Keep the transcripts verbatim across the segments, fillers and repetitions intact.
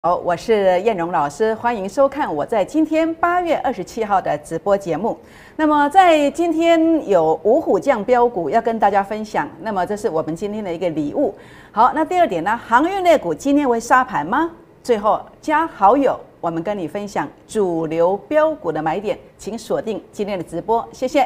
好，我是燕荣老师，欢迎收看我在今天八月二十七号的直播节目。那么在今天有五虎将标股要跟大家分享，那么这是我们今天的一个礼物。好，那第二点呢，航运类股今天会杀盘吗？最后加好友，我们跟你分享主流标股的买点，请锁定今天的直播，谢谢。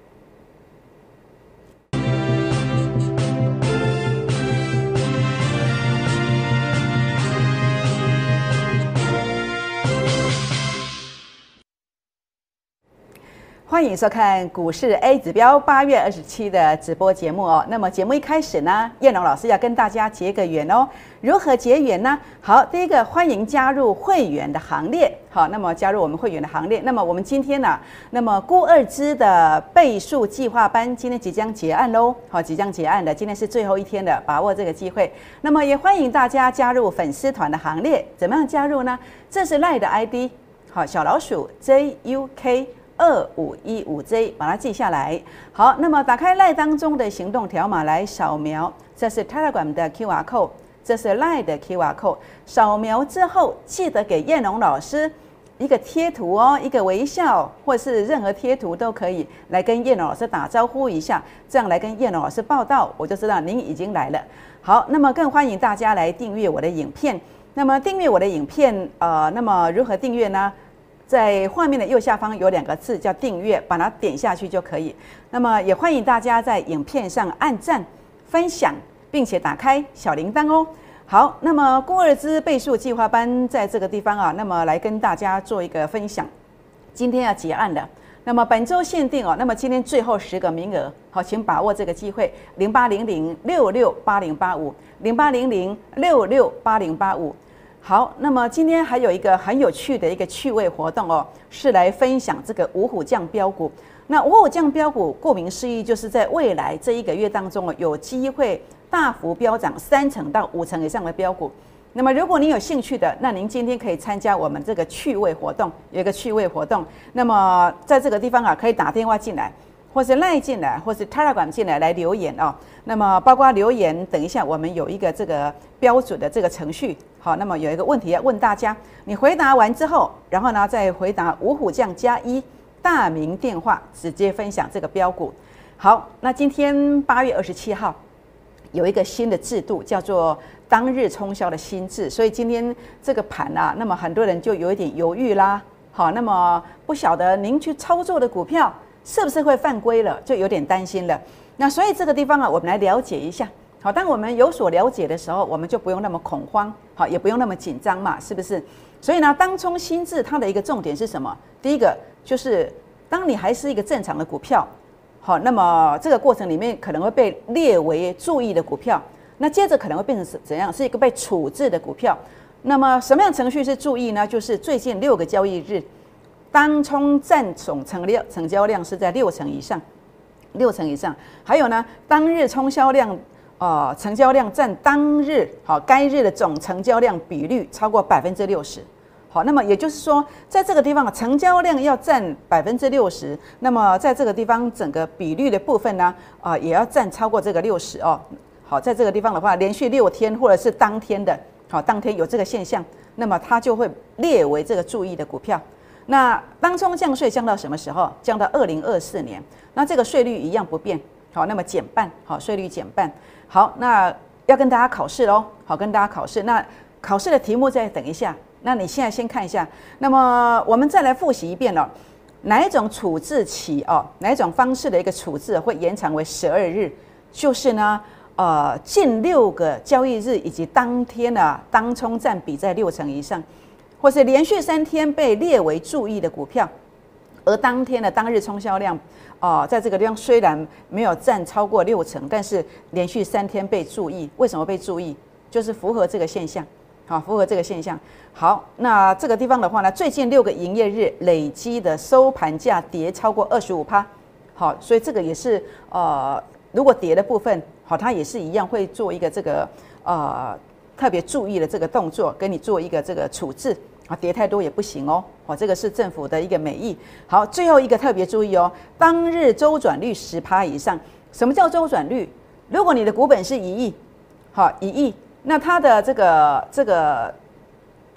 欢迎收看股市 A 指标八月二十七的直播节目哦。那么节目一开始呢，燕荣老师要跟大家结个缘哦。如何结缘呢？好，第一个欢迎加入会员的行列。好，那么加入我们会员的行列。那么我们今天呢、啊，那么估二支的倍数计划班今天即将结案喽。好，即将结案的，今天是最后一天的，把握这个机会。那么也欢迎大家加入粉丝团的行列。怎么样加入呢？这是 LINE 的 I D， 好，小老鼠 J U K。二五一五 J 把它记下来。好，那么打开 LINE 当中的行动条码来扫描，这是 Telegram 的 Q R code， 这是 LINE 的 Q R code。扫描之后，记得给燕荣老师一个贴图哦，一个微笑，或是任何贴图都可以，来跟燕荣老师打招呼一下，这样来跟燕荣老师报道，我就知道您已经来了。好，那么更欢迎大家来订阅我的影片。那么订阅我的影片，呃，那么如何订阅呢？在画面的右下方有两个字叫订阅，把它点下去就可以。那么也欢迎大家在影片上按赞、分享，并且打开小铃铛哦。好，那么估二支倍数计划班在这个地方啊，那么来跟大家做一个分享。今天要结案了，那么本周限定哦，那么今天最后十个名额，好，请把握这个机会，零八零零六六八零八五，零八零零六六八零八五。好，那么今天还有一个很有趣的一个趣味活动哦，是来分享这个五虎将标股。那五虎将标股，顾名思义，就是在未来这一个月当中哦，有机会大幅飙涨三成到五成以上的标股。那么如果您有兴趣的，那您今天可以参加我们这个趣味活动，有一个趣味活动。那么在这个地方啊，可以打电话进来，或是 LINE 进来，或是 Telegram 进来来留言哦。那么包括留言，等一下我们有一个这个标准的这个程序。好，那么有一个问题要问大家，你回答完之后，然后呢再回答五虎将加一大名电话，直接分享这个标股。好，那今天八月二十七号有一个新的制度，叫做当日冲销的新制，所以今天这个盘啊，那么很多人就有一点犹豫啦。好，那么不晓得您去操作的股票是不是会犯规了，就有点担心了。那所以这个地方啊，我们来了解一下。好，当我们有所了解的时候，我们就不用那么恐慌，好，也不用那么紧张嘛，是不是？所以呢，当冲新制它的一个重点是什么？第一个就是当你还是一个正常的股票，好，那么这个过程里面可能会被列为注意的股票，那接着可能会变成怎样？是一个被处置的股票。那么什么样的程序是注意呢？就是最近六个交易日，当冲占总成交成交量是在六成以上，六成以上，还有呢，当日冲销量。呃，成交量占当日好该日的总成交量比率超过百分之六十，好，那么也就是说，在这个地方成交量要占百分之六十，那么在这个地方整个比率的部分呢，啊、呃，也要占超过这个六十哦。好，在这个地方的话，连续六天或者是当天的，好，当天有这个现象，那么它就会列为这个注意的股票。那当冲降税降到什么时候？降到二零二四年，那这个税率一样不变，好，那么减半，好，税率减半。好，那要跟大家考试喽。好，跟大家考试。那考试的题目再等一下。那你现在先看一下。那么我们再来复习一遍了。哪一种处置期哦？哪一种方式的一个处置会延长为十二日？就是呢，呃，近六个交易日以及当天啊，当冲占比在六成以上，或是连续三天被列为注意的股票，而当天的当日冲销量。哦，在这个地方虽然没有占超过六成，但是连续三天被注意。为什么被注意？就是符合这个现象，好，符合这个现象。好，那这个地方的话呢，最近六个营业日累积的收盘价跌超过二十五趴，好，所以这个也是呃，如果跌的部分，好，它也是一样会做一个这个呃特别注意的这个动作，跟你做一个这个处置。啊，跌太多也不行哦，哦，这个是政府的一个美意。好，最后一个特别注意哦，当日周转率十趴以上。什么叫周转率？如果你的股本是一亿，好，一亿，那它的这个这个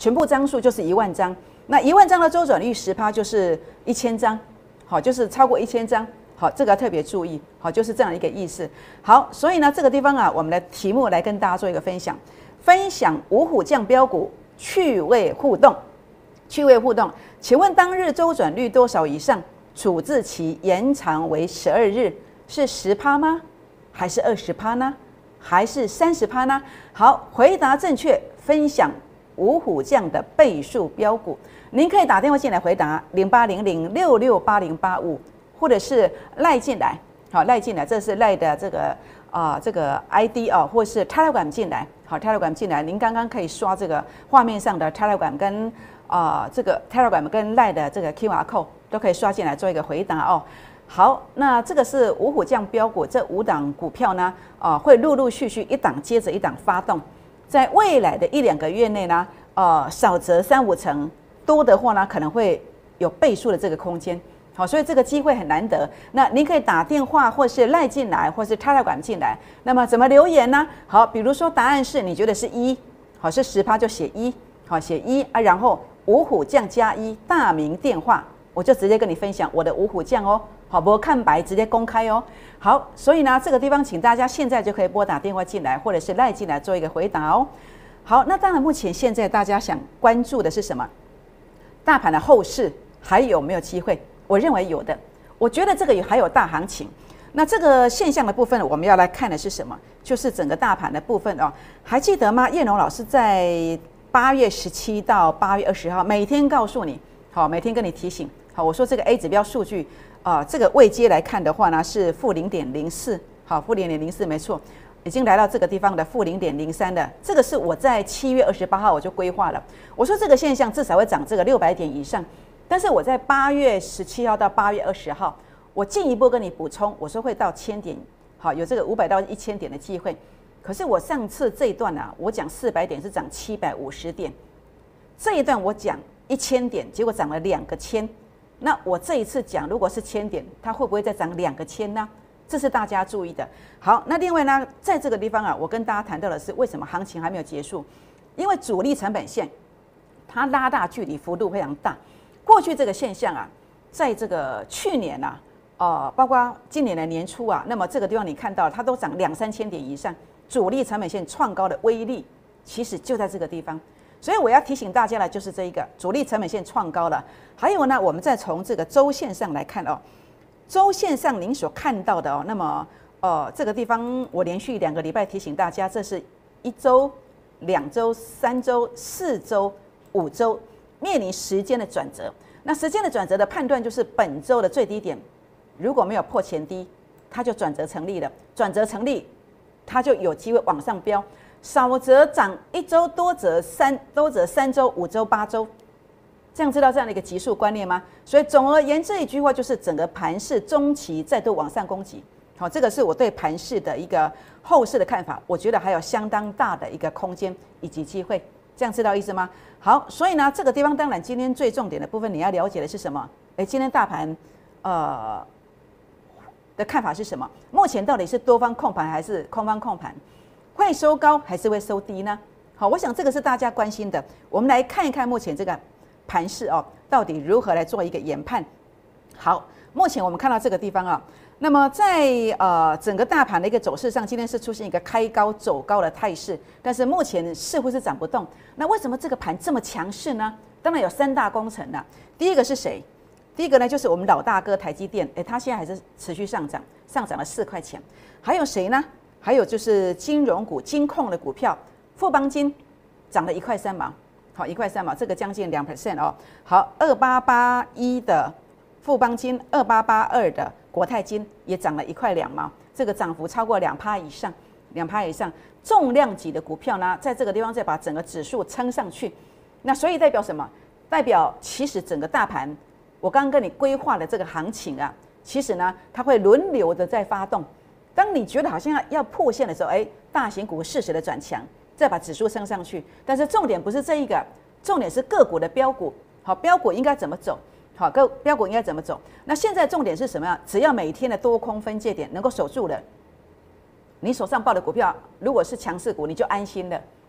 全部张数就是一万张，那一万张的周转率十趴就是一千张，好，就是超过一千张，好，这个要特别注意，好，就是这样一个意思。好，所以呢，这个地方啊，我们的题目来跟大家做一个分享，分享五虎将标股趣味互动，趣味互动，请问当日周转率多少以上？处置期延长为十二日，是十趴吗？还是二十趴呢？还是三十趴呢？好，回答正确，分享五虎将的倍数标股，您可以打电话进来回答零八零零六六八零八五，或者是赖进来，好赖进来，这是赖的这个啊、呃、这个 I D 啊、哦，或是 Telegram 进来，好 Telegram 进来，您刚刚可以刷这个画面上的 Telegram 跟啊、呃、这个 Telegram 跟赖的这个 Q R code 都可以刷进来做一个回答哦。好，那这个是五虎将标股，这五档股票呢，啊、呃，会陆陆续续一档接着一档发动，在未来的一两个月内呢，呃，少则三五成，多的话呢，可能会有倍数的这个空间。好，所以这个机会很难得。那您可以打电话，或是赖进来，或是 Telegram 进来。那么怎么留言呢？好，比如说答案是你觉得是一，好是十趴就写一，好写一啊，然后五虎将加一，大名电话，我就直接跟你分享我的五虎将哦。好，不看白直接公开哦。好，所以呢，这个地方请大家现在就可以拨打电话进来，或者是赖进来做一个回答哦。好，那当然，目前现在大家想关注的是什么？大盘的后市还有没有机会？我认为有的。我觉得这个也还有大行情。那这个现象的部分，我们要来看的是什么？就是整个大盘的部分哦。还记得吗？叶龙老师在八月十七到八月二十号，每天告诉你，好，每天跟你提醒，好，我说这个 A 指标数据。啊、呃，这个位阶来看的话呢，是负零点零四，好，负零点零四没错，已经来到这个地方的负零点零三了。这个是我在七月二十八号我就规划了，我说这个现象至少会涨这个六百点以上。但是我在八月十七号到八月二十号，我进一步跟你补充，我说会到千点，好，有这个五百到一千点的机会。可是我上次这一段啊，我讲四百点是涨七百五十点，这一段我讲一千点，结果涨了两个千。那我这一次讲，如果是千点，它会不会再涨两个千呢？这是大家注意的。好，那另外呢，在这个地方啊，我跟大家谈到的是为什么行情还没有结束？因为主力成本线它拉大距离幅度非常大。过去这个现象啊，在这个去年啊，呃，包括今年的年初啊，那么这个地方你看到它都涨两三千点以上，主力成本线创高的威力，其实就在这个地方。所以我要提醒大家的就是这一个主力成本线创高了。还有呢，我们再从这个周线上来看哦，周线上您所看到的哦，那么呃这个地方我连续两个礼拜提醒大家，这是一周、两周、三周、四周、五周面临时间的转折。那时间的转折的判断就是本周的最低点如果没有破前低，它就转折成立了，转折成立，它就有机会往上飙。少则涨一周，多则三多则三周、五周、八周，这样知道这样的一个级数观念吗？所以总而言之一句话就是，整个盘势中期再度往上攻击。好，这个是我对盘势的一个后市的看法，我觉得还有相当大的一个空间以及机会。这样知道意思吗？好，所以呢，这个地方当然今天最重点的部分你要了解的是什么？哎，今天大盘呃的看法是什么？目前到底是多方控盘还是空方控盘？会收高还是会收低呢？好，我想这个是大家关心的。我们来看一看目前这个盘势哦，到底如何来做一个研判。好，目前我们看到这个地方啊，那么在呃整个大盘的一个走势上，今天是出现一个开高走高的态势，但是目前似乎是涨不动。那为什么这个盘这么强势呢？当然有三大功臣啊。第一个是谁？第一个呢就是我们老大哥台积电，哎，它现在还是持续上涨，上涨了四块钱。还有谁呢？还有就是金融股、金控的股票，富邦金涨了一块三毛，好，一块三毛，这个将近两 percent 哦。好，二八八一的富邦金，二八八二的国泰金也涨了一块两毛，这个涨幅超过两趴以上，两趴以上。重量级的股票呢，在这个地方再把整个指数撑上去，那所以代表什么？代表其实整个大盘，我刚刚跟你规划的这个行情啊，其实呢，它会轮流的在发动。当你觉得好像要要破线的时候，哎，大型股适时的转强，再把指数升上去。但是重点不是这一个，重点是个股的标股。好，标股应该怎么走？好，个标股应该怎么走？那现在重点是什么呀？只要每天的多空分界点能够守住了，你手上抱的股票如果是强势股，你就安心了。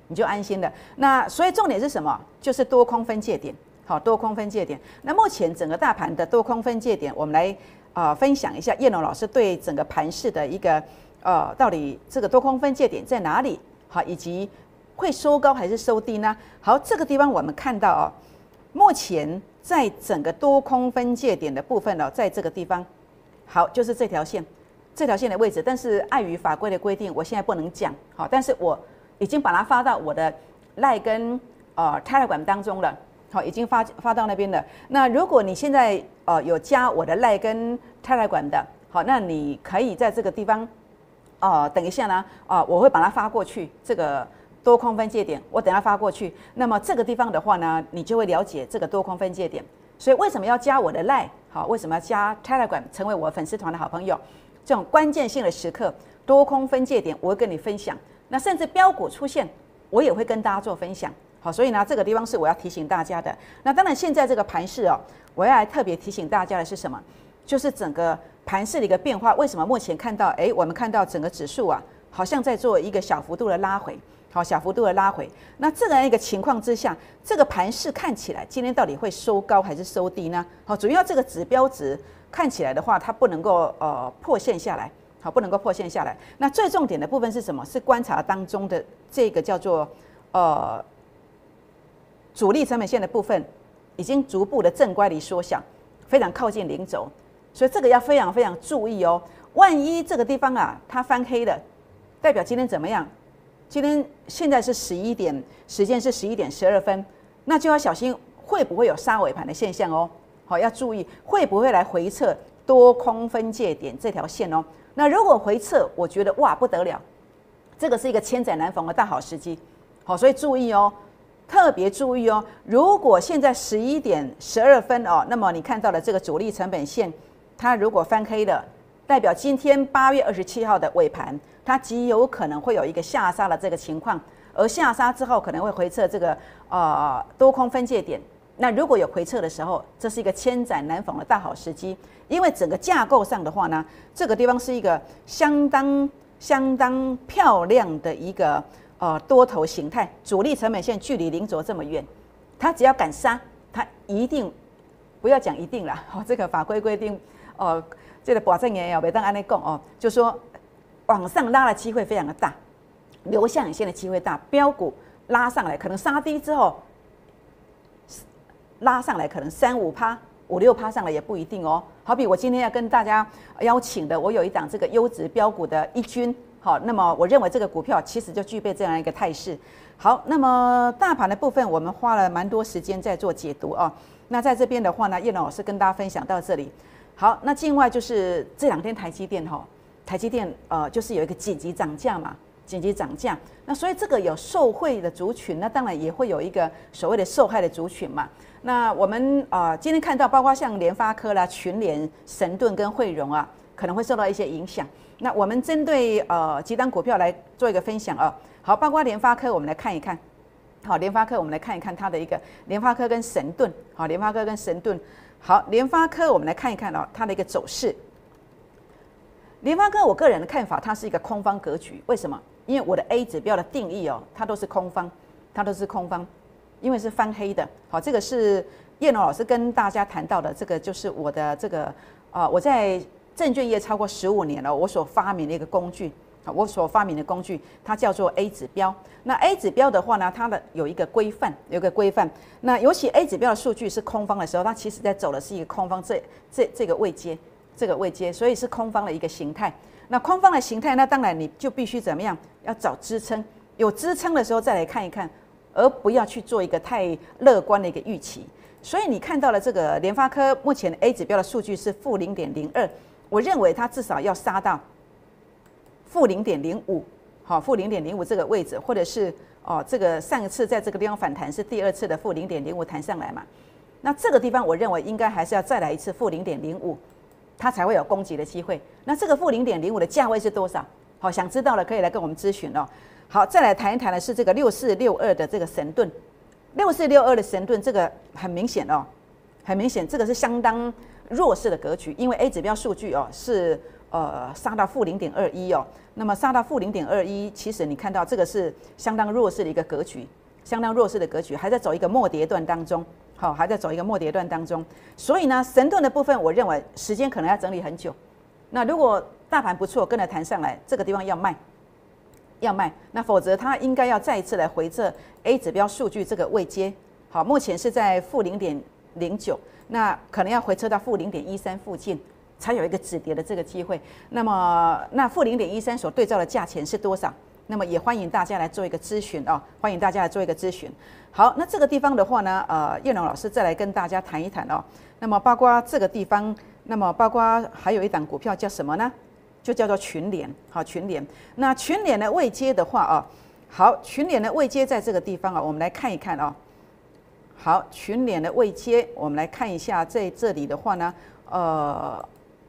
你就安心了。那所以重点是什么？就是多空分界点。好，多空分界点。那目前整个大盘的多空分界点，我们来呃分享一下叶龙老师对整个盘势的一个呃，到底这个多空分界点在哪里？好，以及会收高还是收低呢？好，这个地方我们看到哦，目前在整个多空分界点的部分哦，在这个地方，好，就是这条线，这条线的位置。但是碍于法规的规定，我现在不能讲。好，但是我已经把它发到我的 LINE 跟呃 Telegram 当中了。好，已经发发到那边了。那如果你现在呃有加我的 LINE 跟 Telegram 的，好，那你可以在这个地方，呃，等一下呢，啊、呃，我会把它发过去。这个多空分界点，我等它发过去。那么这个地方的话呢，你就会了解这个多空分界点。所以为什么要加我的 LINE？ 好，为什么要加 Telegram 成为我粉丝团的好朋友？这种关键性的时刻，多空分界点，我会跟你分享。那甚至标股出现，我也会跟大家做分享。好，所以呢，这个地方是我要提醒大家的。那当然，现在这个盘势哦，我要来特别提醒大家的是什么？就是整个盘势的一个变化。为什么目前看到，哎，我们看到整个指数啊，好像在做一个小幅度的拉回，好，小幅度的拉回。那这样一个情况之下，这个盘势看起来今天到底会收高还是收低呢？好，主要这个指标值看起来的话，它不能够呃破线下来，好，不能够破线下来。那最重点的部分是什么？是观察当中的这个叫做呃。主力成本线的部分已经逐步的正乖离缩小，非常靠近零轴，所以这个要非常非常注意哦。万一这个地方啊它翻黑了，代表今天怎么样？今天现在是十一点，时间是十一点十二分，那就要小心会不会有杀尾盘的现象哦。好，要注意会不会来回测多空分界点这条线哦。那如果回测，我觉得哇不得了，这个是一个千载难逢的大好时机。好，所以注意哦。特别注意哦，如果现在十一点十二分哦，那么你看到的这个主力成本线，它如果翻黑了，代表今天八月二十七号的尾盘，它极有可能会有一个下杀的这个情况，而下杀之后可能会回测这个呃多空分界点。那如果有回撤的时候，这是一个千载难逢的大好时机，因为整个架构上的话呢，这个地方是一个相当相当漂亮的一个。呃，多头形态，主力成本线距离零轴这么远，它只要敢杀，它一定不要讲一定啦，哦，这个法规规定，哦，这个保证也要别当安内讲哦，就说往上拉的机会非常的大，留下影线的机会大，标股拉上来可能杀低之后，拉上来可能三五趴、五六趴上来也不一定哦。好比我今天要跟大家邀请的，我有一档这个优质标股的一军。好，那么我认为这个股票其实就具备这样一个态势。好，那么大盘的部分，我们花了蛮多时间在做解读哦。那在这边的话呢，叶龙老师跟大家分享到这里。好，那境外就是这两天台积电哈，台积电呃就是有一个紧急涨价嘛，紧急涨价。那所以这个有受惠的族群，那当然也会有一个所谓的受害的族群嘛。那我们呃今天看到，包括像联发科啦、群联、神盾跟汇荣啊，可能会受到一些影响。那我们针对呃几档股票来做一个分享啊，好，包括联发科，我们来看一看，好，联发科我们来看一看它的一个联发科跟神盾，好，联发科跟神盾，好，联发科我们来看一看哦，它的一个走势。联发科我个人的看法，它是一个空方格局，为什么？因为我的 A 指标的定义哦，它都是空方，它都是空方，因为是翻黑的，好，这个是叶龙老师跟大家谈到的，这个就是我的这个呃我在。证券业超过十五年了，我所发明的一个工具，我所发明的工具，它叫做 A 指标。那 A 指标的话呢，它的有一个规范，有一个规范。那尤其 A 指标的数据是空方的时候，它其实在走的是一个空方这这这个位阶，这个位阶，所以是空方的一个形态。那空方的形态，那当然你就必须怎么样？要找支撑，有支撑的时候再来看一看，而不要去做一个太乐观的一个预期。所以你看到了这个联发科目前 A 指标的数据是负零点零二。我认为它至少要杀到负零点零五，好，负零点零五这个位置，或者是哦，这个上一次在这个地方反弹是第二次的负零点零五弹上来嘛，那这个地方我认为应该还是要再来一次负零点零五，它才会有攻击的机会。那这个负零点零五的价位是多少？好，想知道了可以来跟我们咨询哦。好，再来谈一谈的是这个六四六二的这个神盾，六四六二的神盾，这个很明显哦，很明显，这个是相当弱势的格局，因为 A 指标数据哦是呃杀到负零点二一哦。那么杀到负零点二一，其实你看到这个是相当弱势的一个格局，相当弱势的格局，还在走一个末跌段当中，好、哦，还在走一个末跌段当中。所以呢，神盾的部分，我认为时间可能要整理很久。那如果大盘不错，跟着弹上来，这个地方要卖，要卖。那否则它应该要再一次来回测 A 指标数据这个位阶。好，目前是在负零点零九，那可能要回测到负零点一三附近。才有一个止跌的这个机会。那么，那负零点一三所对照的价钱是多少？那么也欢迎大家来做一个咨询哦，欢迎大家来做一个咨询。好，那这个地方的话呢，呃，叶龙老师再来跟大家谈一谈哦。那么包括这个地方，那么包括还有一档股票叫什么呢？就叫做群联。好，群联。那群联的位阶的话哦，好，群联的位阶在这个地方啊、哦，我们来看一看哦。好，群联的位阶，我们来看一下，在这里的话呢，呃。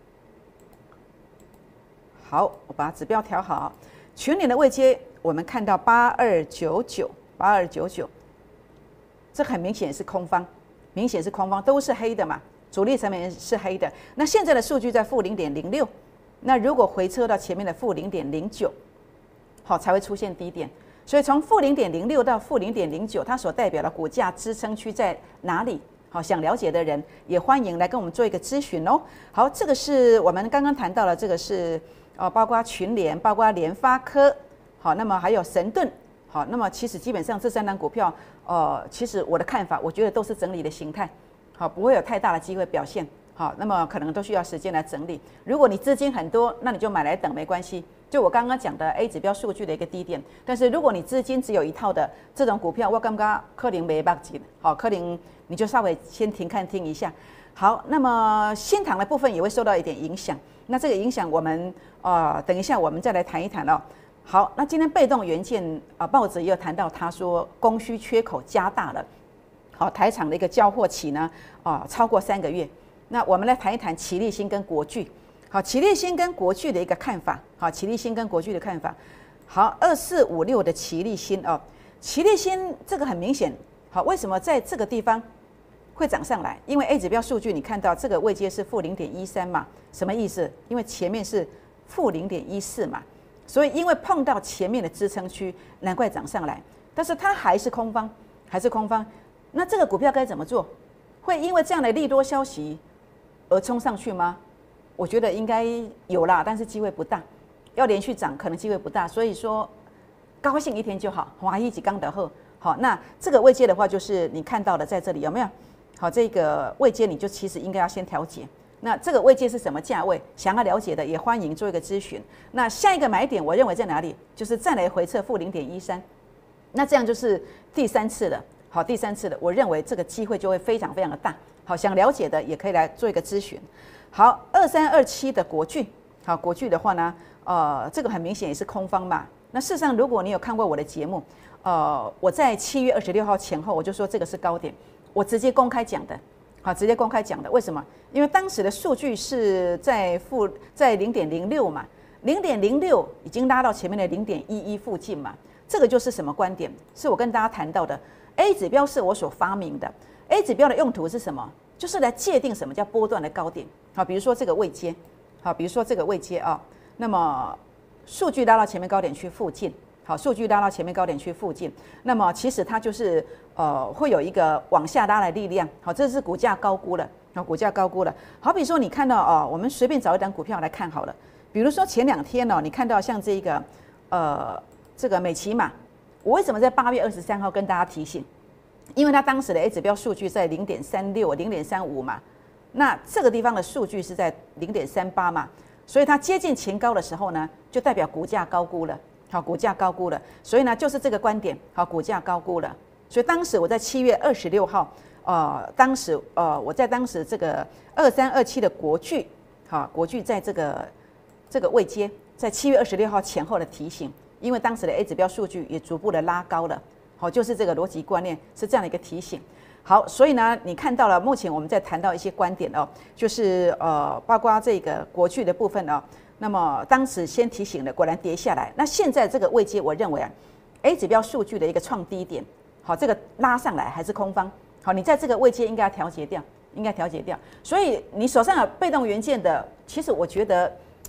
好，我把指标调好。群联的位阶，我们看到八二九九，八二九九，这很明显是空方，明显是空方，都是黑的嘛，主力成本是黑的。那现在的数据在负零点零六，那如果回撤到前面的负零点零九，好才会出现低点。所以从负零点零六到负零点零九，它所代表的股价支撑区在哪里？好，想了解的人也欢迎来跟我们做一个咨询哦。好，这个是我们刚刚谈到了，这个是。哦，包括群联，包括联发科，好，那么还有神盾，好，那么其实基本上这三档股票，呃，其实我的看法，我觉得都是整理的形态，好，不会有太大的机会表现，好，那么可能都需要时间来整理。如果你资金很多，那你就买来等没关系。就我刚刚讲的 A 指标数据的一个低点，但是如果你资金只有一套的这种股票，我感觉可能没办法，好，可能你就稍微先停看听一下。好，那么新唐的部分也会受到一点影响。那这个影响我们呃，等一下我们再来谈一谈哦。好，那今天被动元件啊、呃，报纸也有谈到，他说供需缺口加大了。好，台厂的一个交货期呢，啊、呃，超过三个月。那我们来谈一谈奇力新跟国巨。好，奇力新跟国巨的一个看法。好，奇力新跟国巨的看法。好，二四五六的奇力新哦，奇力新这个很明显。好，为什么在这个地方会涨上来？因为 A 指标数据你看到这个位阶是负零点一三嘛，什么意思？因为前面是负零点一四嘛，所以因为碰到前面的支撑区，难怪涨上来。但是它还是空方，还是空方。那这个股票该怎么做？会因为这样的利多消息而冲上去吗？我觉得应该有啦，但是机会不大。要连续涨，可能机会不大。所以说，高兴一天就好，华一级刚得后。好，那这个位阶的话，就是你看到的在这里有没有？好，这个位阶你就其实应该要先调节。那这个位阶是什么价位？想要了解的也欢迎做一个咨询。那下一个买点，我认为在哪里？就是再来回测负零点一三，那这样就是第三次了。好，第三次了，我认为这个机会就会非常非常的大。好，想了解的也可以来做一个咨询。好，二三二七的国巨，好，国巨的话呢，呃，这个很明显也是空方嘛。那事实上，如果你有看过我的节目，呃，我在七月二十六号前后，我就说这个是高点，我直接公开讲的。好，直接公开讲的，为什么？因为当时的数据是在负在零点零六嘛，零点零六已经拉到前面的零点一一附近嘛，这个就是什么观点？是我跟大家谈到的 A 指标是我所发明的 ，A 指标的用途是什么？就是来界定什么叫波段的高点。好，比如说这个位阶，好，比如说这个位阶啊，那么数据拉到前面高点区附近。好，数据拉到前面高点区附近，那么其实它就是呃会有一个往下拉的力量。好，这是股价高估了，好，股价高估了。好比说你看到哦，我们随便找一档股票来看好了，比如说前两天哦，你看到像这个呃这个美骑马，我为什么在八月二十三号跟大家提醒？因为它当时的 A 指标数据在零点三六、零点三五嘛，那这个地方的数据是在零点三八嘛，所以它接近前高的时候呢，就代表股价高估了。好，股价高估了，所以呢，就是这个观点。好，股价高估了，所以当时我在七月二十六号，呃，当时呃，我在当时这个二三二七的国巨，好，国巨在这个这个位阶，在七月二十六号前后的提醒，因为当时的 A 指标数据也逐步的拉高了，好，就是这个逻辑观念是这样的一个提醒。好，所以呢，你看到了，目前我们在谈到一些观点哦，就是呃，包括这个国巨的部分哦。那么当时先提醒了，果然跌下来。那现在这个位阶，我认为啊 ，A 指标数据的一个创低点，好，这个拉上来还是空方，好，你在这个位阶应该要调节掉，应该调节掉。所以你手上有被动元件的，其实我觉得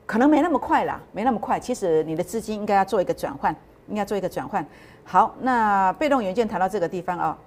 可能没那么快啦，没那么快。其实你的资金应该要做一个转换，应该做一个转换。好，那被动元件谈到这个地方啊、哦。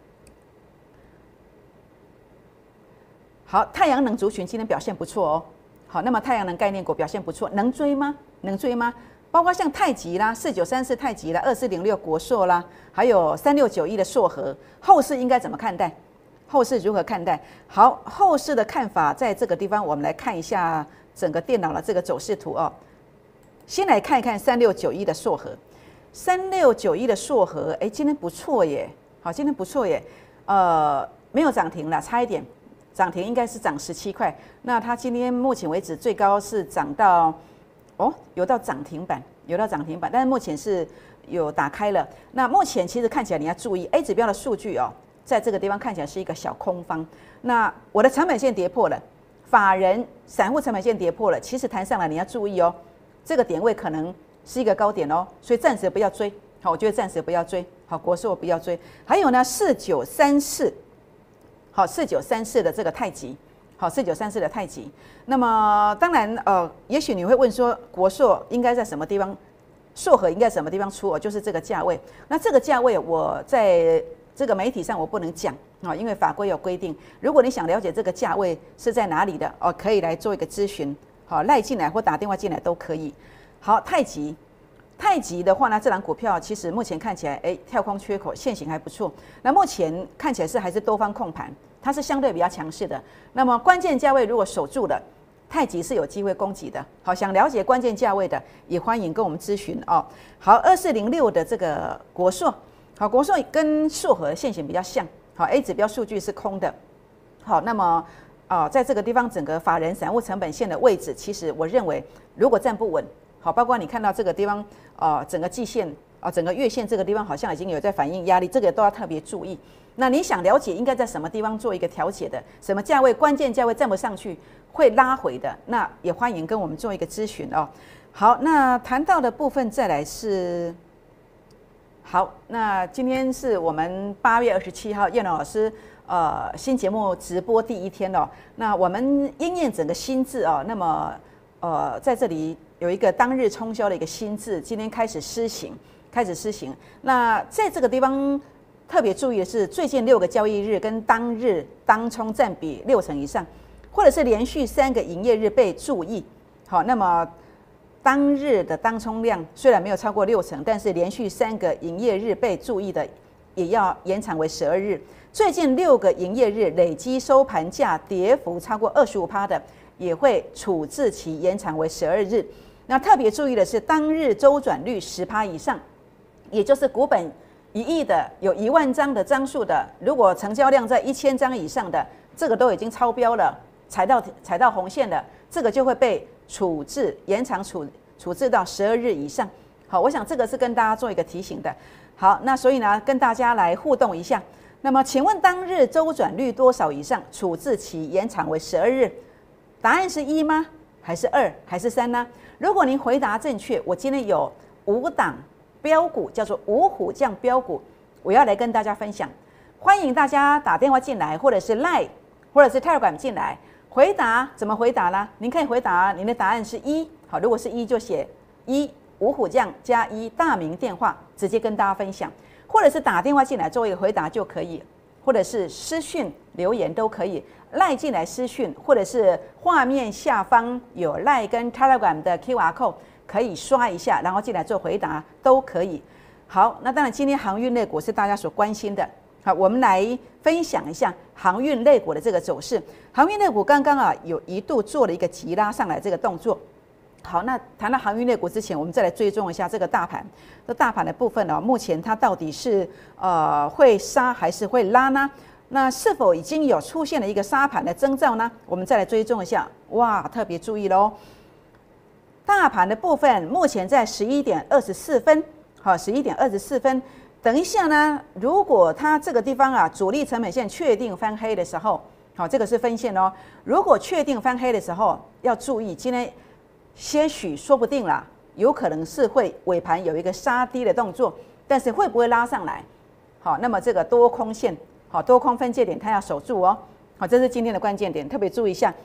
好，太阳能族群今天表现不错哦。好，那么太阳能概念股表现不错，能追吗？能追吗？包括像太极啦、四九三四太极啦、二四零六国硕啦，还有三六九一的硕禾，后市应该怎么看待？后市如何看待？好，后市的看法在这个地方，我们来看一下整个电脑的这个走势图哦。先来看一看三六九一的硕禾，三六九一的硕禾，哎，今天不错耶，好，今天不错耶，呃，没有涨停了，差一点。涨停应该是涨十七块，那它今天目前为止最高是涨到，哦，有到涨停板，有到涨停板，但是目前是有打开了。那目前其实看起来你要注意 A 指标的数据哦，在这个地方看起来是一个小空方。那我的成本线跌破了，法人散户成本线跌破了，其实弹上来你要注意哦，这个点位可能是一个高点哦，所以暂时不要追。好，我觉得暂时不要追。好，国硕不要追。还有呢，四九三四。好，四九三四的这个太极，好，四九三四的太极。那么当然，呃，也许你会问说，国硕应该在什么地方？硕禾应该什么地方出？哦，就是这个价位。那这个价位，我在这个媒体上我不能讲啊，因为法规有规定。如果你想了解这个价位是在哪里的，哦，可以来做一个咨询，好，赖进来或打电话进来都可以。好，太极。太极的话呢，这档股票其实目前看起来，哎，跳空缺口现形还不错。那目前看起来是还是多方控盘，它是相对比较强势的。那么关键价位如果守住了，太极是有机会攻击的。好，想了解关键价位的，也欢迎跟我们咨询哦。好，二四零六的这个国硕，好，国硕跟硕禾现形比较像。好 ，A 指标数据是空的。好，那么啊、呃，在这个地方整个法人散户成本线的位置，其实我认为如果站不稳。好，包括你看到这个地方，呃，整个季线啊、呃，整个月线这个地方好像已经有在反映压力，这个都要特别注意。那你想了解应该在什么地方做一个调节的，什么价位关键价位站不上去会拉回的，那也欢迎跟我们做一个咨询哦。好，那谈到的部分再来是，好，那今天是我们八月二十七号燕龙老师呃新节目直播第一天哦。那我们因应整个新制哦，那么呃在这里。有一个当日冲销的一个新制，今天开始施行，开始施行。那在这个地方特别注意的是，最近六个交易日跟当日当冲占比六成以上，或者是连续三个营业日被注意。好，那么当日的当冲量虽然没有超过六成，但是连续三个营业日被注意的，也要延长为十二日。最近六个营业日累积收盘价跌幅超过二十五趴的，也会处置期延长为十二日。那特别注意的是，当日周转率十趴以上，也就是股本一亿的，有一万张的张数的，如果成交量在一千张以上的，这个都已经超标了，踩到踩到红线了，这个就会被处置延长处处置到十二日以上。好，我想这个是跟大家做一个提醒的。好，那所以呢，跟大家来互动一下。那么，请问当日周转率多少以上，处置期延长为十二日？答案是一吗？还是二？还是三呢？如果您回答正确，我今天有五档标股，叫做五虎将标股，我要来跟大家分享。欢迎大家打电话进来，或者是 Line， 或者是 Telegram 进来回答。怎么回答呢？您可以回答您的答案是一，好，如果是一就写一，五虎将加一，大名电话，直接跟大家分享，或者是打电话进来做一个回答就可以，或者是私讯留言都可以。赖进来私讯，或者是画面下方有赖跟 Telegram 的 Q R code， 可以刷一下，然后进来做回答都可以。好，那当然今天航运类股是大家所关心的。好，我们来分享一下航运类股的这个走势。航运类股刚刚啊有一度做了一个急拉上来这个动作。好，那谈到航运类股之前，我们再来追踪一下这个大盘。这大盘的部分呢、啊，目前它到底是呃会杀还是会拉呢？那是否已经有出现了一个杀盘的征兆呢？我们再来追踪一下。哇，特别注意喽！大盘的部分目前在十一点二十四分，好，十一点二十四分。等一下呢，如果它这个地方啊，主力成本线确定翻黑的时候，好，这个是分线哦。如果确定翻黑的时候，要注意，今天些许说不定啦，有可能是会尾盘有一个杀低的动作，但是会不会拉上来？好，那么这个多空线。好，多空分界点它要守住哦。好，这是今天的关键点，特别注意一下。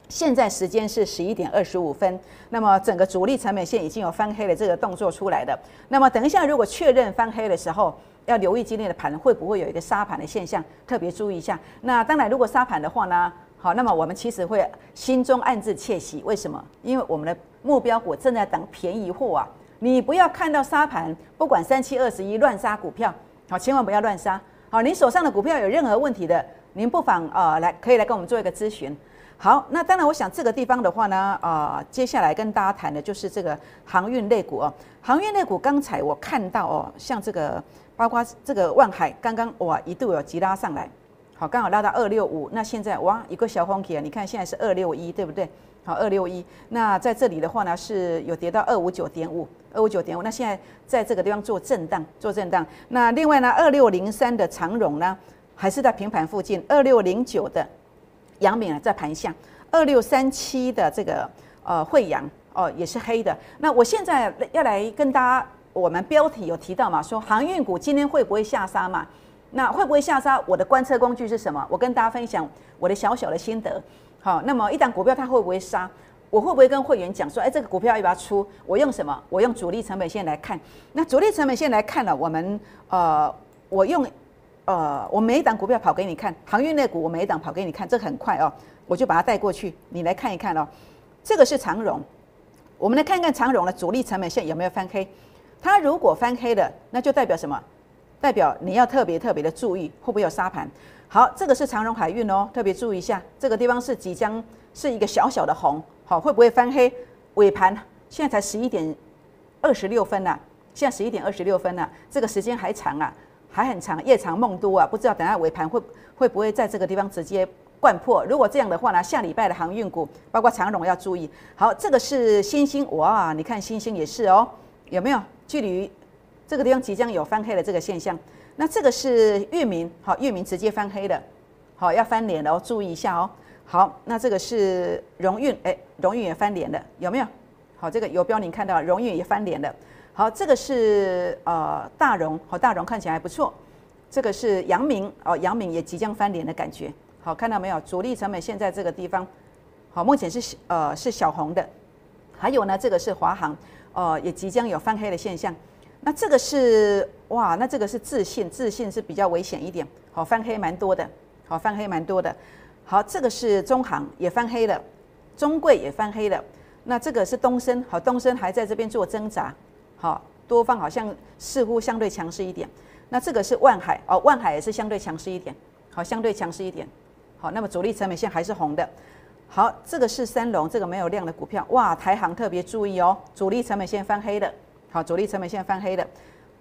现在时间是十一点二十五分，那么整个主力成本线已经有翻黑的这个动作出来的。那么等一下如果确认翻黑的时候，要留意今天的盘会不会有一个杀盘的现象，特别注意一下。那当然如果杀盘的话呢，好，那么我们其实会心中暗自窃喜，为什么？因为我们的目标股正在等便宜货啊！你不要看到杀盘，不管三七二十一乱杀股票，好，千万不要乱杀。好，你手上的股票有任何问题的，您不妨呃来可以来跟我们做一个咨询。好，那当然，我想这个地方的话呢，呃，接下来跟大家谈的就是这个航运类股哦。航运类股刚才我看到哦，像这个包括这个万海，刚刚哇一度有急拉上来，好，刚好拉到二六五，那现在哇一个小红 K 啊，你看现在是二六一，对不对？好，二六一，那在这里的话呢是有跌到二五九点五，二五九点五，那现在在这个地方做震荡，做震荡。那另外呢，二六零三的长荣呢，还是在平盘附近，二六零九的阳明啊在盘下，二六三七的这个呃惠阳哦也是黑的。那我现在要来跟大家，我们标题有提到嘛，说航运股今天会不会下杀嘛？那会不会下杀？我的观测工具是什么？我跟大家分享我的小小的心得。好，那么一档股票它会不会杀？我会不会跟会员讲说，哎，这个股票要不要出？我用什么？我用主力成本线来看。那主力成本线来看呢，我们呃，我用呃，我每一档股票跑给你看，航运类股我每一档跑给你看，这很快哦，我就把它带过去，你来看一看哦。这个是长荣，我们来看看长荣的主力成本线有没有翻黑。它如果翻黑了，那就代表什么？代表你要特别特别的注意会不会有杀盘。好，这个是长荣海运哦，特别注意一下，这个地方是即将是一个小小的红，好，会不会翻黑？尾盘现在才十一点二十六分呐，现在十一点二十六分呐，这个时间还长啊，还很长，夜长梦多啊，不知道等下尾盘会会不会在这个地方直接灌破？如果这样的话呢，下礼拜的航运股，包括长荣要注意。好，这个是新兴，哇，你看新兴也是哦，有没有？距离这个地方即将有翻黑的这个现象。那这个是裕民，好，裕民直接翻黑了，好，要翻脸了哦，注意一下哦。好，那这个是荣运，哎，荣运也翻脸了，有没有？好，这个游标您看到，荣运也翻脸了。好，这个是呃大荣，好，大荣看起来还不错。这个是阳明，哦，阳明也即将翻脸的感觉。好，看到没有？主力成本线在这个地方，好，目前是呃是小红的。还有呢，这个是华航，呃，也即将有翻黑的现象。那这个是哇，那这个是自信，自信是比较危险一点，好，翻黑蛮多的，好，翻黑蛮多的。好，这个是中航也翻黑了，中贵也翻黑了。那这个是东升，好，东升还在这边做挣扎，好，多方好像似乎相对强势一点。那这个是万海，哦，万海也是相对强势一点，好，相对强势一点。好，那么主力成本线还是红的。好，这个是三龙，这个没有量的股票，哇，台航特别注意哦，主力成本线翻黑的。好，主力成本线翻黑的。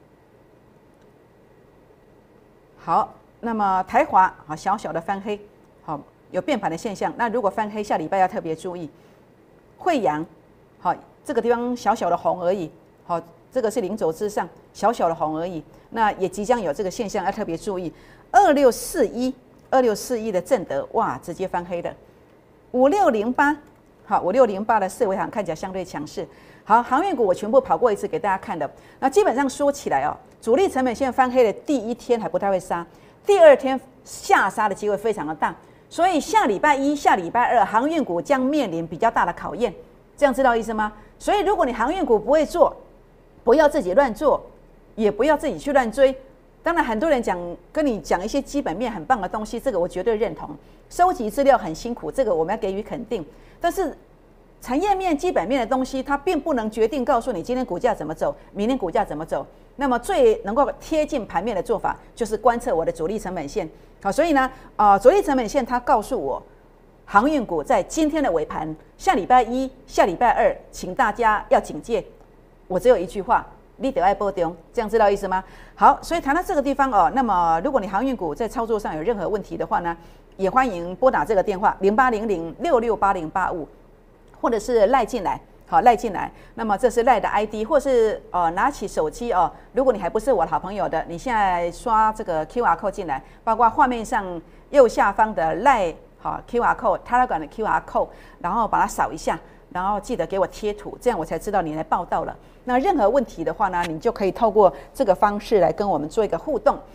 好，那么台华好小小的翻黑，好有变盘的现象。那如果翻黑，下礼拜要特别注意。惠阳，好这个地方小小的红而已，好这个是零轴之上小小的红而已。那也即将有这个现象，要特别注意。二六四一，二六四一的正德，哇，直接翻黑的。五六零八，好五六零八的四维行看起来相对强势。好，航运股我全部跑过一次给大家看的。那基本上说起来哦，主力成本线翻黑的第一天还不太会杀，第二天下杀的机会非常的大。所以下礼拜一、下礼拜二，航运股将面临比较大的考验。这样知道意思吗？所以如果你航运股不会做，不要自己乱做，也不要自己去乱追。当然，很多人讲跟你讲一些基本面很棒的东西，这个我绝对认同。收集资料很辛苦，这个我们要给予肯定。但是产业面、基本面的东西，它并不能决定告诉你今天股价怎么走，明天股价怎么走。那么最能够贴近盘面的做法，就是观测我的主力成本线。好，所以呢，呃，主力成本线它告诉我，航运股在今天的尾盘，下礼拜一、下礼拜二，请大家要警戒。我只有一句话。你得爱波动，这样知道意思吗？好，所以谈到这个地方哦，那么如果你航运股在操作上有任何问题的话呢，也欢迎拨打这个电话零八零零六六八零八五，或者是赖进来，好赖进来。那么这是赖的 I D， 或是呃拿起手机哦，如果你还不是我的好朋友的，你现在刷这个 Q R code 进来，包括画面上右下方的赖好 Q R code、Telegram 的 Q R code， 然后把它扫一下。然后记得给我贴图，这样我才知道你来报道了。那任何问题的话呢，你就可以透过这个方式来跟我们做一个互动。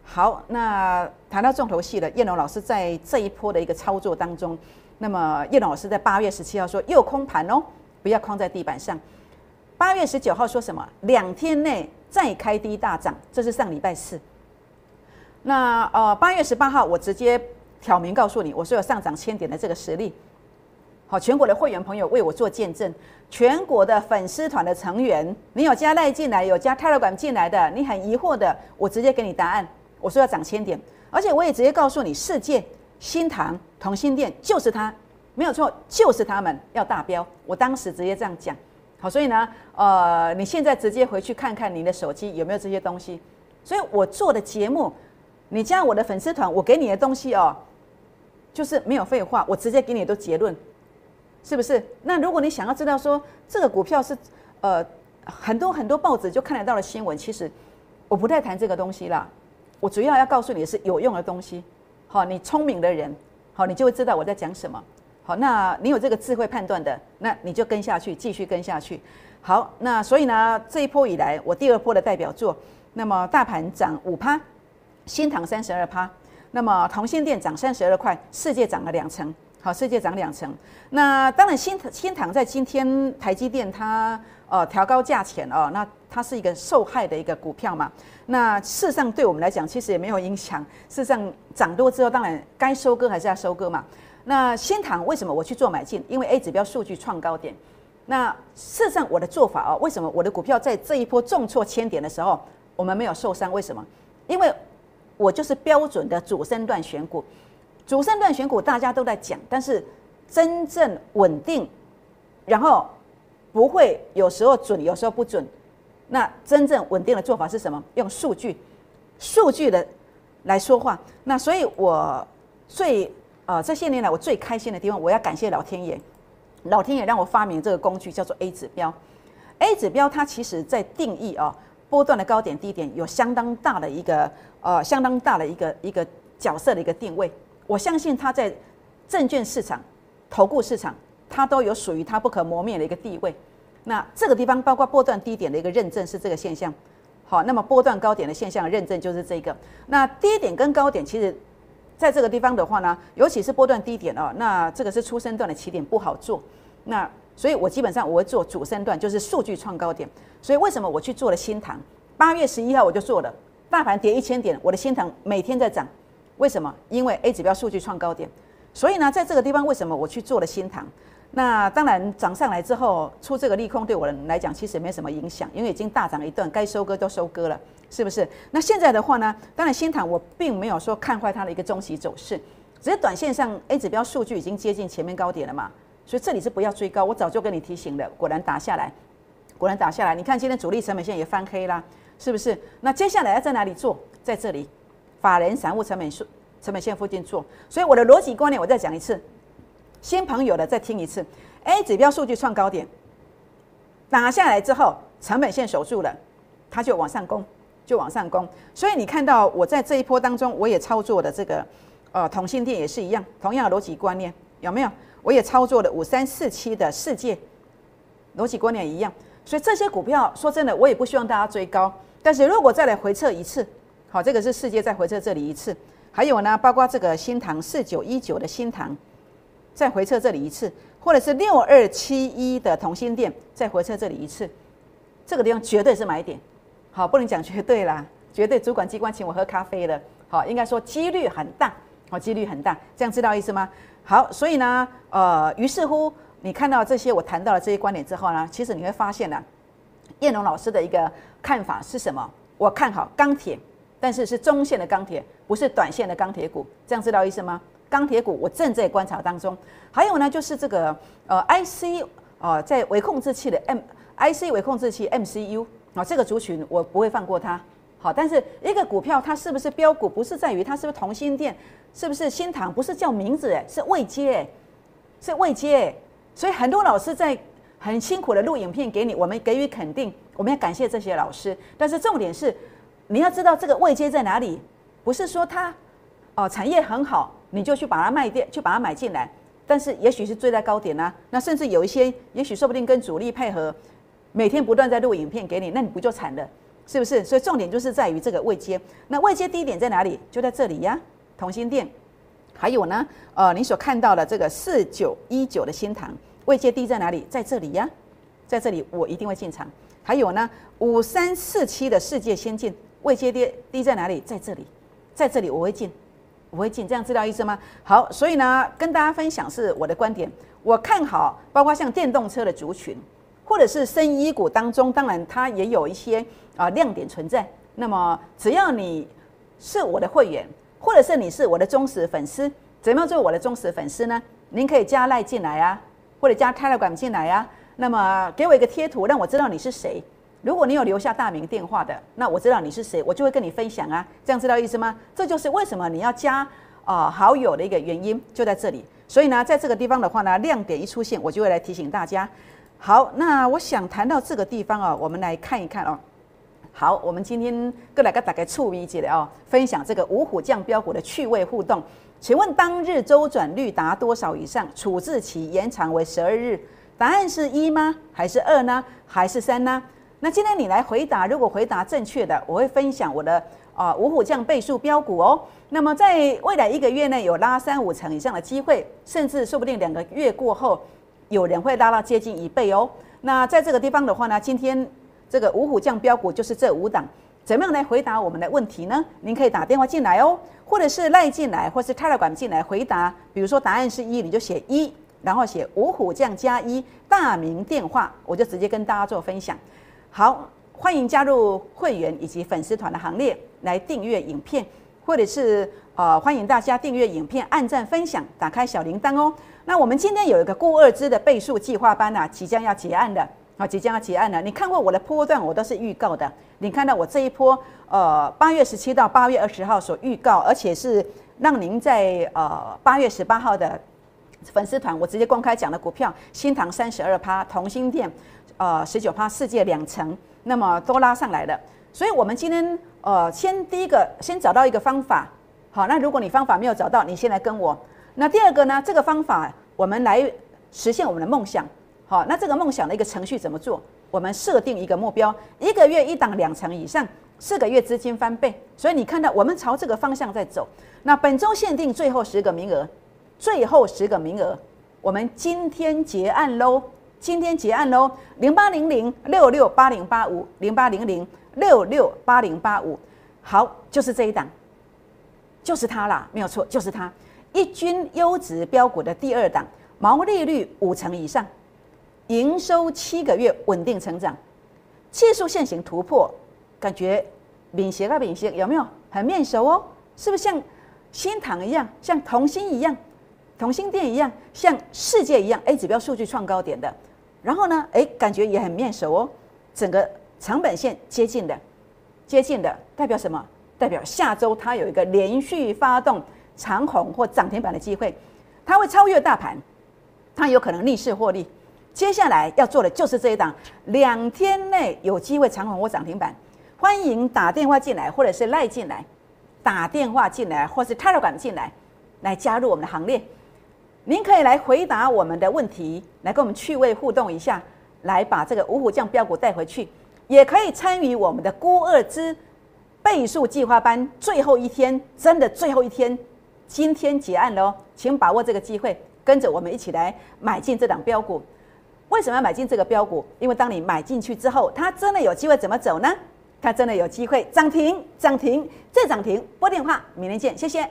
好，那谈到重头戏了，叶龙老师在这一波的一个操作当中，那么叶龙老师在八月十七号说右空盘哦，不要框在地板上。八月十九号说什么？两天内再开低大涨，这是上礼拜四。那呃八月十八号我直接挑明告诉你，我说有上涨千点的这个实力。好，全国的会员朋友为我做见证，全国的粉丝团的成员，你有加赖进来，有加 Telegram 进来的，你很疑惑的，我直接给你答案。我说要涨千点，而且我也直接告诉你，世界、新唐、同心店就是它，没有错，就是他们要达标。我当时直接这样讲。好，所以呢，呃，你现在直接回去看看你的手机有没有这些东西。所以我做的节目，你加我的粉丝团，我给你的东西哦，就是没有废话，我直接给你的结论，是不是？那如果你想要知道说这个股票是呃很多很多报纸就看得到的新闻，其实我不太谈这个东西啦。我主要要告诉你的是有用的东西。好，你聪明的人，好，你就会知道我在讲什么。好，那你有这个智慧判断的，那你就跟下去，继续跟下去。好，那所以呢，这一波以来，我第二波的代表作，那么大盘涨五趴，新唐三十二趴，那么同心店涨三十二块，世界涨了两成。好，世界涨两成。那当然新，新唐在今天台积电它呃调高价钱哦，那它是一个受害的一个股票嘛。那事实上对我们来讲，其实也没有影响。事实上涨多之后，当然该收割还是要收割嘛。那新唐为什么我去做买进？因为 A 指标数据创高点。那事实上我的做法哦，为什么我的股票在这一波重挫千点的时候，我们没有受伤？为什么？因为我就是标准的主升段选股。主升段选股大家都在讲，但是真正稳定，然后不会有时候准，有时候不准。那真正稳定的做法是什么？用数据，数据的来说话。那所以我最呃这些年来我最开心的地方，我要感谢老天爷，老天爷让我发明这个工具叫做 A 指标。A 指标它其实在定义啊、哦、波段的高点低点有相当大的一个呃相当大的一个一个角色的一个定位。我相信它在证券市场、投顾市场，它都有属于它不可磨灭的一个地位。那这个地方包括波段低点的一个认证是这个现象，好，那么波段高点的现象认证就是这个。那低点跟高点，其实在这个地方的话呢，尤其是波段低点哦，那这个是初升段的起点不好做。那所以我基本上我会做主升段，就是数据创高点。所以为什么我去做了新唐？八月十一号我就做了，大盘跌一千点，我的新唐每天在涨。为什么？因为 A 指标数据创高点，所以呢，在这个地方为什么我去做了新唐？那当然涨上来之后出这个利空，对我来讲其实没什么影响，因为已经大涨一段，该收割都收割了，是不是？那现在的话呢，当然新唐我并没有说看坏它的一个中期走势，只是短线上 A 指标数据已经接近前面高点了嘛，所以这里是不要追高，我早就跟你提醒了，果然打下来，果然打下来，你看今天主力成本线也翻黑啦，是不是？那接下来要在哪里做？在这里。法人散户成本数成本线附近做，所以我的逻辑观念我再讲一次，新朋友的再听一次。A 指标数据创高点，打下来之后，成本线守住了，它就往上攻，就往上攻。所以你看到我在这一波当中，我也操作的这个呃同心店也是一样，同样的逻辑观念有没有？我也操作了五三四七的世界，逻辑观念一样。所以这些股票说真的，我也不希望大家追高，但是如果再来回撤一次。好，这个是世界再回撤这里一次，还有呢，包括这个新唐四九一九的新唐，再回撤这里一次，或者是六二七一的同心店再回撤这里一次，这个地方绝对是买点。好，不能讲绝对啦，绝对主管机关请我喝咖啡了。好，应该说几率很大，好，几率很大，这样知道意思吗？好，所以呢，呃，于是乎你看到这些我谈到了这些观点之后呢，其实你会发现呢，燕龙老师的一个看法是什么？我看好钢铁。但是是中线的钢铁，不是短线的钢铁股，这样知道意思吗？钢铁股我正在观察当中。还有呢，就是这个呃 I C 呃在微控制器的 M I C 微控制器 M C U 啊、哦、这个族群我不会放过它。好，但是一个股票它是不是标股，不是在于它是不是同心店，是不是新唐，不是叫名字哎，是位阶哎，是位阶哎。所以很多老师在很辛苦的录影片给你，我们给予肯定，我们要感谢这些老师。但是重点是。你要知道这个位阶在哪里，不是说它，哦、呃、产业很好，你就去把它卖掉，去把它买进来。但是也许是追在高点啊，那甚至有一些，也许说不定跟主力配合，每天不断在录影片给你，那你不就惨了？ 是不是？所以重点就是在于这个位阶。那位阶低点在哪里？就在这里呀，同心店。还有呢，呃，你所看到的这个四九一九的新唐，位阶低在哪里？在这里呀，在这里我一定会进场。还有呢，五三四七的世界先进，位阶低低在哪里？在这里，在这里我会进，我会进，这样知道意思吗？好，所以呢，跟大家分享是我的观点，我看好，包括像电动车的族群，或者是生医股当中，当然它也有一些啊、呃、亮点存在。那么只要你是我的会员，或者是你是我的忠实粉丝，怎么样做我的忠实粉丝呢？您可以加赖进来啊，或者加 Telegram 进来啊。那么给我一个贴图，让我知道你是谁。如果你有留下大名电话的，那我知道你是谁，我就会跟你分享啊。这样知道意思吗？这就是为什么你要加啊、呃、好友的一个原因，就在这里。所以呢，在这个地方的话呢，亮点一出现，我就会来提醒大家。好，那我想谈到这个地方哦，我们来看一看哦。好，我们今天各来个大概触笔记的哦，分享这个五虎将标股的趣味互动。请问当日周转率达多少以上？处置期延长为十二日？答案是一吗？还是二呢？还是三呢？那今天你来回答，如果回答正确的，我会分享我的啊、呃、五虎将倍数标股哦。那么在未来一个月内有拉三五成以上的机会，甚至说不定两个月过后，有人会拉到接近一倍哦。那在这个地方的话呢，今天这个五虎将标股就是这五档，怎么样来回答我们的问题呢？您可以打电话进来哦，或者是赖进来，或是 Telegram 进来回答。比如说答案是一，你就写一，然后写五虎将加一，大名电话，我就直接跟大家做分享。好，欢迎加入会员以及粉丝团的行列，来订阅影片，或者是呃欢迎大家订阅影片、按赞、分享、打开小铃铛哦。那我们今天有一个固二支的倍数计划班啊，即将要结案的。好，即将要结案了。你看过我的波段，我都是预告的。你看到我这一波，呃，八月十七到八月二十号所预告，而且是让您在呃八月十八号的粉丝团，我直接公开讲的股票，新唐三十二趴，同心店呃十九趴，世界两成，那么都拉上来了。所以我们今天呃，先第一个先找到一个方法。好，那如果你方法没有找到，你先来跟我。那第二个呢，这个方法我们来实现我们的梦想。好，那这个梦想的一个程序怎么做？我们设定一个目标，一个月一档两成以上，四个月资金翻倍。所以你看到我们朝这个方向在走。那本周限定最后十个名额，最后十个名额，我们今天结案喽！今天结案喽！零八零零六六八零八五，零八零零六六八零八五，好，就是这一档，就是它啦，没有错，就是它。一军优质标股的第二档，毛利率五成以上。营收七个月稳定成长，技术线型突破，感觉敏捷啊敏捷，有没有很面熟哦？是不是像新唐一样，像同心一样，同心店一样，像世界一样 ？A 指标数据创高点的，然后呢，哎，感觉也很面熟哦。整个成本线接近的，接近的代表什么？代表下周它有一个连续发动长红或涨停板的机会，它会超越大盘，它有可能逆势获利。接下来要做的就是这一档，两天内有机会长红或涨停板，欢迎打电话进来，或者是赖进来，打电话进来，或是 Telegram 进来，来加入我们的行列。您可以来回答我们的问题，来跟我们趣味互动一下，来把这个五虎将标股带回去，也可以参与我们的孤二支倍数计划班最后一天，真的最后一天，今天结案喽，请把握这个机会，跟着我们一起来买进这档标股。为什么要买进这个标股？因为当你买进去之后，它真的有机会怎么走呢？它真的有机会涨停，涨停再涨停。拨电话，明天见，谢谢。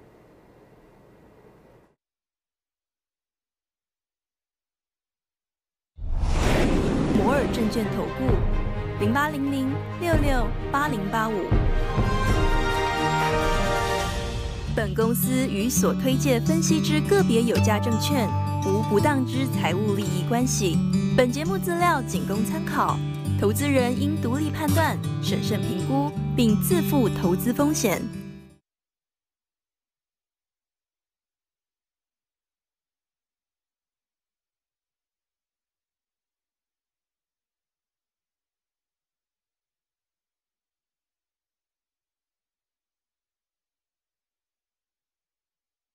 摩尔证券投顾零八零零六六八零八五。本公司与所推介分析之个别有价证券无不当之财务利益关系。本节目资料仅供参考，投资人应独立判断、审慎评估，并自负投资风险。